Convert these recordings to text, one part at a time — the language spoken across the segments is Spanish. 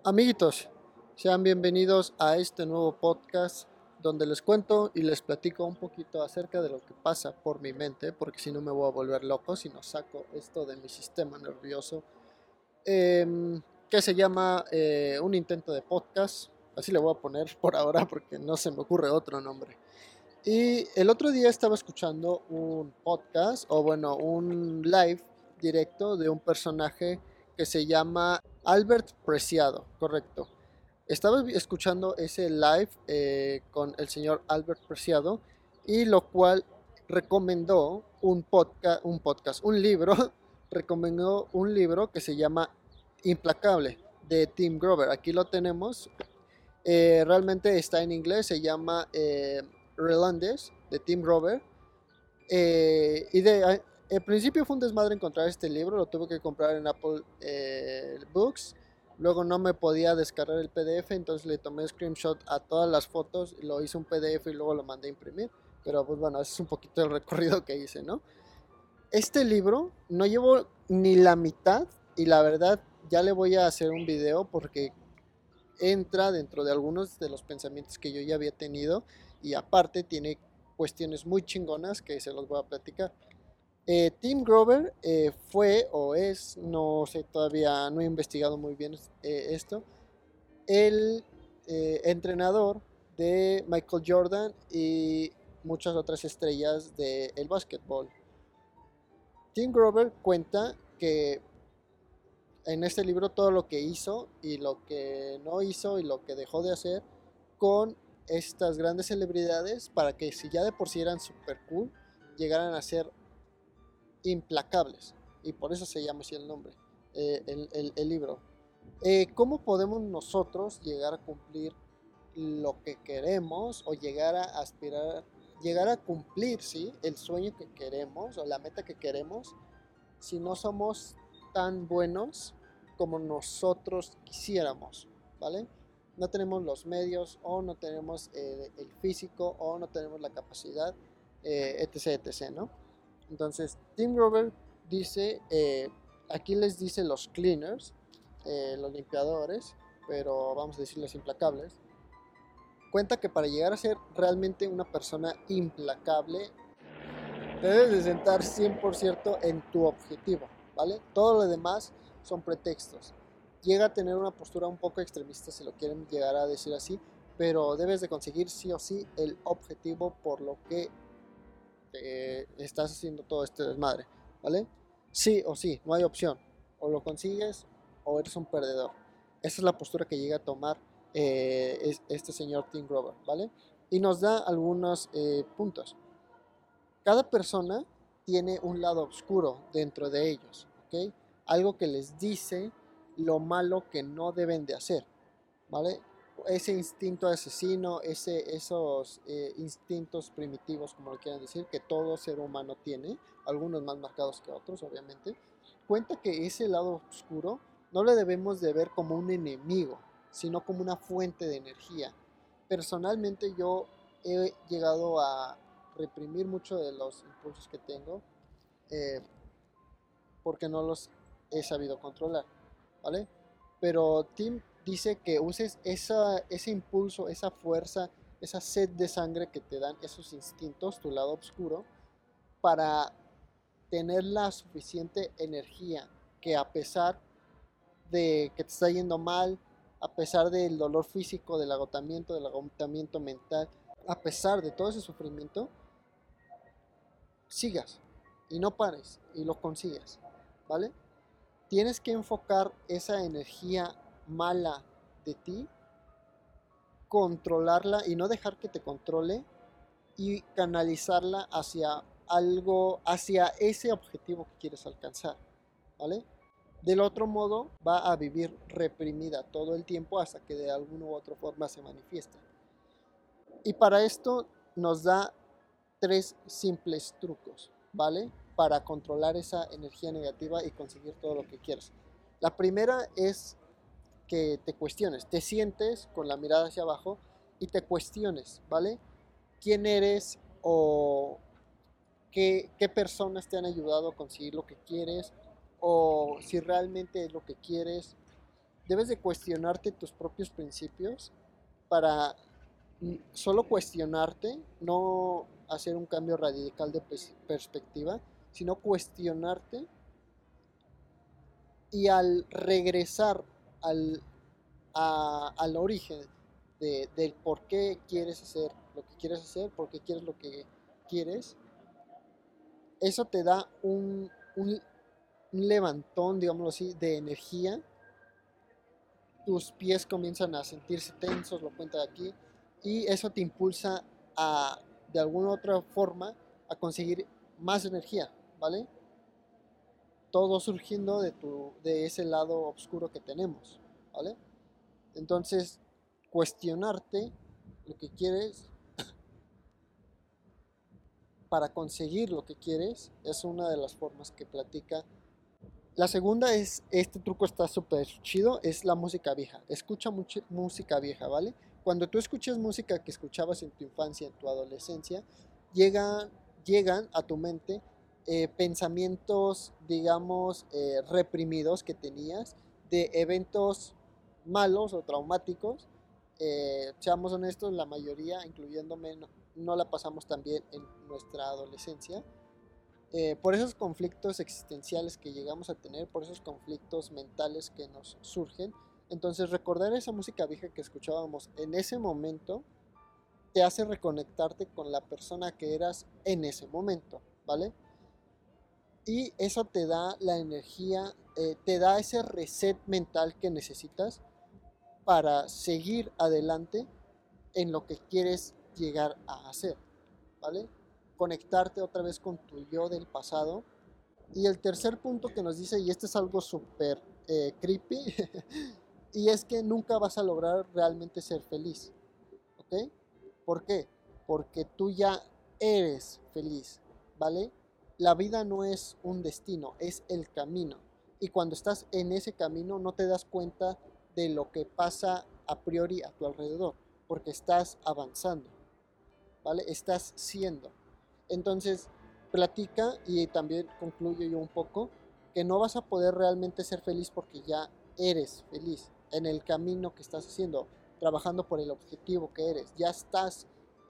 Amiguitos, sean bienvenidos a este nuevo podcast donde les cuento y les platico un poquito acerca de lo que pasa por mi mente, porque si no me voy a volver loco si no saco esto de mi sistema nervioso, que se llama un intento de podcast, así le voy a poner por ahora porque no se me ocurre otro nombre. Y el otro día estaba escuchando un podcast, o bueno, un live directo de un personaje que se llama Albert Preciado, correcto. Estaba escuchando ese live con el señor Albert Preciado y lo cual recomendó un libro, recomendó un libro que se llama Implacable de Tim Grover. Aquí lo tenemos. Realmente está en inglés, se llama Relentless de Tim Grover. Al principio fue un desmadre encontrar este libro, lo tuve que comprar en Apple Books. Luego no me podía descargar el PDF, entonces le tomé screenshot a todas las fotos, lo hice un PDF y luego lo mandé a imprimir. Pero pues bueno, ese es un poquito el recorrido que hice, ¿no? Este libro no llevo ni la mitad y la verdad ya le voy a hacer un video porque entra dentro de algunos de los pensamientos que yo ya había tenido y aparte tiene cuestiones muy chingonas que se los voy a platicar. Tim Grover fue o es, no sé, todavía no he investigado muy bien esto, el entrenador de Michael Jordan y muchas otras estrellas del básquetbol. Tim Grover cuenta que en este libro todo lo que hizo y lo que no hizo y lo que dejó de hacer con estas grandes celebridades para que si ya de por sí eran super cool, llegaran a ser implacables. Y por eso se llama así el nombre, el libro. ¿Cómo podemos nosotros llegar a cumplir lo que queremos o llegar a aspirar, llegar a cumplir, ¿sí? El sueño que queremos o la meta que queremos si no somos tan buenos como nosotros quisiéramos, ¿vale? No tenemos los medios o no tenemos el físico o no tenemos la capacidad, etc, etc, ¿no? Entonces, Tim Grover dice, aquí les dice los cleaners, los limpiadores, pero vamos a decir los implacables, cuenta que para llegar a ser realmente una persona implacable, te debes de sentar 100% en tu objetivo, ¿vale? Todo lo demás son pretextos. Llega a tener una postura un poco extremista si lo quieren llegar a decir así, pero debes de conseguir sí o sí el objetivo por lo que estás haciendo todo este desmadre, ¿vale? Sí o sí, no hay opción. O lo consigues o eres un perdedor. Esa es la postura que llega a tomar este señor Tim Grover, ¿vale? Y nos da algunos puntos. Cada persona tiene un lado oscuro dentro de ellos, ¿ok? Algo que les dice lo malo que no deben de hacer, ¿vale? Ese instinto asesino, esos instintos primitivos, como lo quieran decir, que todo ser humano tiene, algunos más marcados que otros, obviamente, cuenta que ese lado oscuro no lo debemos de ver como un enemigo, sino como una fuente de energía. Personalmente yo he llegado a reprimir mucho de los impulsos que tengo eh, porque no los he sabido controlar, ¿vale? Pero Tim dice que uses ese impulso, esa fuerza, esa sed de sangre que te dan esos instintos, tu lado oscuro, para tener la suficiente energía que a pesar de que te está yendo mal, a pesar del dolor físico, del agotamiento mental, a pesar de todo ese sufrimiento, sigas y no pares y lo consigas, ¿vale? Tienes que enfocar esa energía mala de ti, controlarla y no dejar que te controle y canalizarla hacia algo, hacia ese objetivo que quieres alcanzar, ¿vale? Del otro modo, va a vivir reprimida todo el tiempo hasta que de alguna u otra forma se manifiesta. Y para esto nos da tres simples trucos, ¿vale? Para controlar esa energía negativa y conseguir todo lo que quieras. La primera es que te cuestiones, te sientes con la mirada hacia abajo y te cuestiones, ¿vale? ¿Quién eres o qué personas te han ayudado a conseguir lo que quieres? O si realmente es lo que quieres, debes de cuestionarte tus propios principios para solo cuestionarte, no hacer un cambio radical de perspectiva, sino cuestionarte y al regresar al, al origen del por qué quieres hacer lo que quieres hacer, por qué quieres lo que quieres, eso te da un levantón, digámoslo así, de energía. Tus pies comienzan a sentirse tensos, lo cuenta aquí, y eso te impulsa a, de alguna otra forma, a conseguir más energía, ¿vale? Todo surgiendo de ese lado oscuro que tenemos, ¿vale? Entonces, cuestionarte lo que quieres para conseguir lo que quieres es una de las formas que platica. La segunda es, este truco está súper chido, es la música vieja. Escucha mucha música vieja, ¿vale? Cuando tú escuchas música que escuchabas en tu infancia, en tu adolescencia, llegan, llegan a tu mente pensamientos, digamos, reprimidos que tenías de eventos malos o traumáticos. Seamos honestos, la mayoría, incluyéndome, no la pasamos tan bien en nuestra adolescencia por esos conflictos existenciales que llegamos a tener, por esos conflictos mentales que nos surgen. Entonces recordar esa música vieja que escuchábamos en ese momento te hace reconectarte con la persona que eras en ese momento, ¿vale? Y eso te da la energía, te da ese reset mental que necesitas para seguir adelante en lo que quieres llegar a hacer, ¿vale? Conectarte otra vez con tu yo del pasado. Y el tercer punto que nos dice, y este es algo súper creepy, y es que nunca vas a lograr realmente ser feliz, ¿ok? ¿Por qué? Porque tú ya eres feliz, ¿vale? La vida no es un destino, es el camino. Y cuando estás en ese camino no te das cuenta de lo que pasa a priori a tu alrededor, porque estás avanzando, ¿vale? Estás siendo. Entonces, platica y también concluyo yo un poco que no vas a poder realmente ser feliz porque ya eres feliz en el camino que estás haciendo, trabajando por el objetivo que eres, ya estás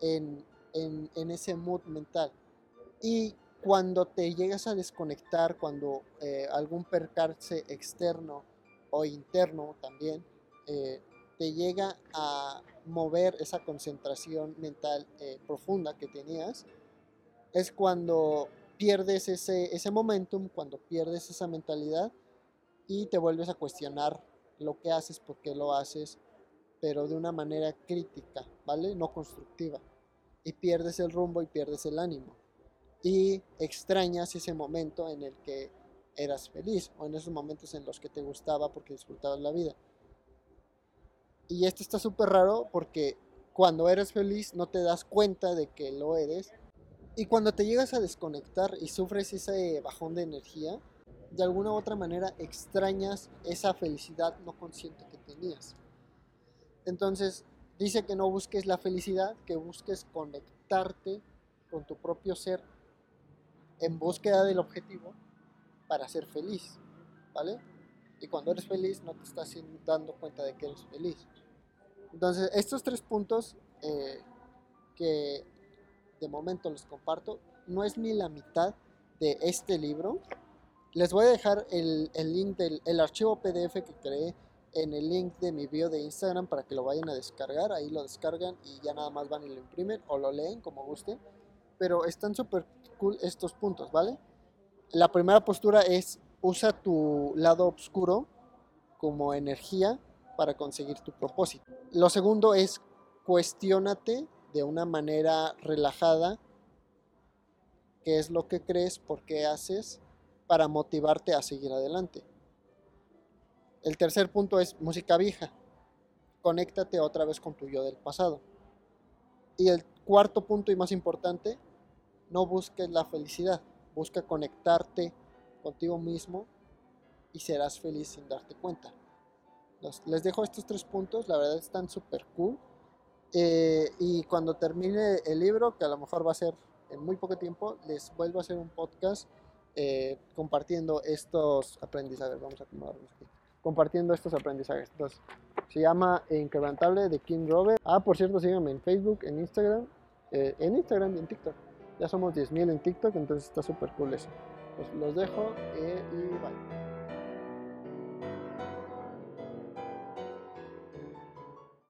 en ese mood mental. Y cuando te llegas a desconectar, cuando algún percance externo o interno también te llega a mover esa concentración mental profunda que tenías, es cuando pierdes ese momentum, cuando pierdes esa mentalidad y te vuelves a cuestionar lo que haces, por qué lo haces, pero de una manera crítica, ¿vale? No constructiva. Y pierdes el rumbo y pierdes el ánimo. Y extrañas ese momento en el que eras feliz o en esos momentos en los que te gustaba porque disfrutabas la vida. Y esto está súper raro porque cuando eres feliz no te das cuenta de que lo eres. Y cuando te llegas a desconectar y sufres ese bajón de energía, de alguna u otra manera extrañas esa felicidad no consciente que tenías. Entonces, dice que no busques la felicidad, que busques conectarte con tu propio ser en búsqueda del objetivo para ser feliz, ¿vale? Y cuando eres feliz no te estás dando cuenta de que eres feliz. Entonces, estos tres puntos que de momento les comparto, no es ni la mitad de este libro. Les voy a dejar el link del el archivo PDF que creé en el link de mi bio de Instagram para que lo vayan a descargar. Ahí lo descargan y ya nada más van y lo imprimen o lo leen como gusten. Pero están súper cool estos puntos, ¿vale? La primera postura es usa tu lado oscuro como energía para conseguir tu propósito. Lo segundo es cuestiónate de una manera relajada qué es lo que crees, por qué haces, para motivarte a seguir adelante. El tercer punto es música vieja. Conéctate otra vez con tu yo del pasado. Y el cuarto punto y más importante, no busques la felicidad. Busca conectarte contigo mismo y serás feliz sin darte cuenta. Les dejo estos tres puntos, la verdad están súper cool. Y cuando termine el libro, que a lo mejor va a ser en muy poco tiempo, les vuelvo a hacer un podcast compartiendo estos aprendizajes. Vamos a acomodarnos aquí. compartiendo estos aprendizajes. Entonces, se llama Inquebrantable de Kim Robert. Por cierto, síganme en Facebook, en Instagram y en TikTok. Ya somos 10,000 en TikTok, entonces está súper cool eso. Pues los dejo y bye.